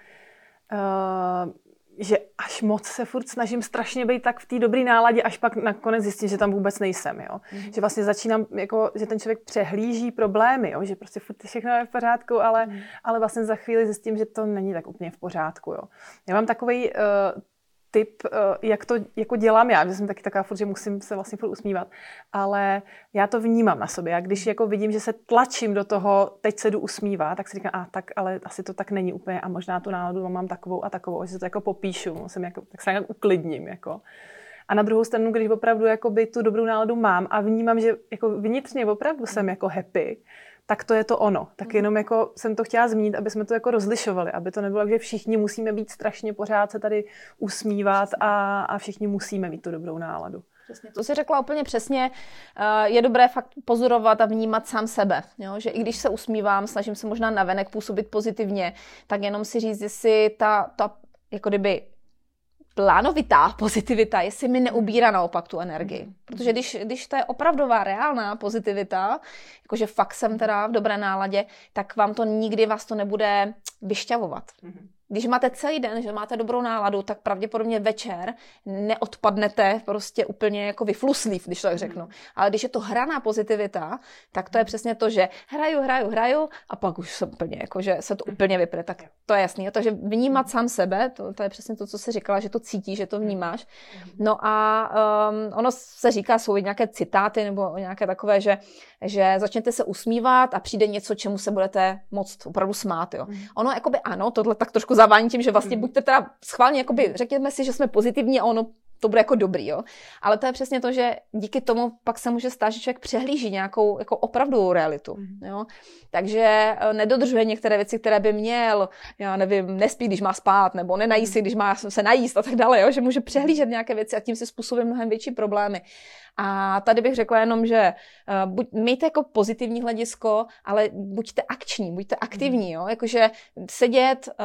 uh, že až moc se furt snažím strašně být tak v té dobré náladě, až pak nakonec zjistím, že tam vůbec nejsem. Jo? Mm. Že vlastně začínám, jako, že ten člověk přehlíží problémy, jo? Že prostě furt všechno je v pořádku, ale, mm. ale vlastně za chvíli zjistím, že to není tak úplně v pořádku. Jo? Já mám takový uh, tip, uh, jak to jako dělám já, že jsem taky taková furt, že musím se vlastně furt usmívat, ale já to vnímám na sobě. Já když jako vidím, že se tlačím do toho, teď se jdu usmívat, tak si říkám, a tak, ale asi to tak není úplně a možná tu náladu mám takovou a takovou, že to jako popíšu, musím jako, tak se nějak uklidním. Jako. A na druhou stranu, když opravdu jakoby tu dobrou náladu mám a vnímám, že jako vnitřně opravdu jsem jako happy, tak to je to ono. Tak jenom jako jsem to chtěla zmínit, aby jsme to jako rozlišovali, aby to nebylo, že všichni musíme být strašně pořád se tady usmívat a, a všichni musíme mít tu dobrou náladu.
Přesně, to jsi řekla úplně přesně. Je dobré fakt pozorovat a vnímat sám sebe. Jo? Že i když se usmívám, snažím se možná navenek působit pozitivně, tak jenom si říct, jestli ta, ta jako kdyby plánovitá pozitivita, jestli mi neubírá naopak tu energii. Protože když, když to je opravdová, reálná pozitivita, jakože fakt jsem teda v dobré náladě, tak vám to nikdy vás to nebude vyšťavovat. Když máte celý den, že máte dobrou náladu, tak pravděpodobně večer neodpadnete prostě úplně jako vyfluslý, když to tak řeknu. Ale když je to hraná pozitivita, tak to je přesně to, že hraju, hraju, hraju a pak už se úplně, jako, že se to úplně vypne. Tak to je jasný. Takže vnímat sám sebe, to, to je přesně to, co jsi říkala, že to cítíš, že to vnímáš. No a um, ono se říká, jsou nějaké citáty nebo nějaké takové, že, že začnete se usmívat a přijde něco, čemu se budete moct opravdu smát. Jo. Ono jakoby ano, tohle tak trošku zavání tím, že vlastně buďte teda schválně, jakoby řekněme si, že jsme pozitivní a ono to bude jako dobrý, jo. Ale to je přesně to, že díky tomu pak se může stát, že člověk přehlíží nějakou jako opravdovou realitu, jo. Takže nedodržuje některé věci, které by měl, já nevím, nespí, když má spát, nebo nenají si, když má se najíst a tak dále, jo. Že může přehlížet nějaké věci a tím si způsobí mnohem větší problémy. A tady bych řekla jenom, že uh, buď, mějte jako pozitivní hledisko, ale buďte akční, buďte aktivní, jo? Jakože sedět uh,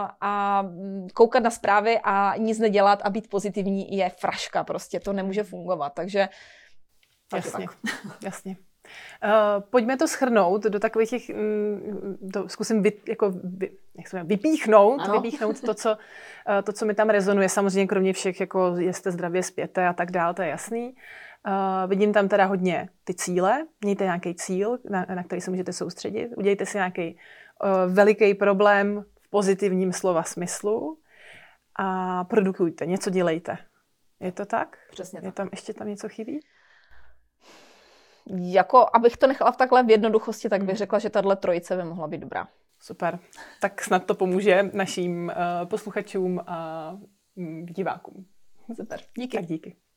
a koukat na zprávy a nic nedělat a být pozitivní je fraška, prostě to nemůže fungovat, takže
jasně, tak. Jasně. Uh, pojďme to shrnout do takových těch, um, to zkusím vy, jako vy, jak se jmenuje, vypíchnout, vypíchnout to, co, uh, to, co mi tam rezonuje, samozřejmě kromě všech, jako jeste zdravě, spěte a tak dál, to je jasný. Uh, vidím tam teda hodně ty cíle, mějte nějaký cíl, na, na který se můžete soustředit, udělejte si nějaký uh, veliký problém v pozitivním slova smyslu a produkujte, něco dělejte. Je to tak?
Přesně tak.
Je tam, ještě tam něco chybí?
Jako, abych to nechala v takhle v jednoduchosti, tak bych řekla, že tahle trojice by mohla být dobrá.
Super. Tak snad to pomůže našim uh, posluchačům a um, divákům.
Super. Díky.
Tak díky.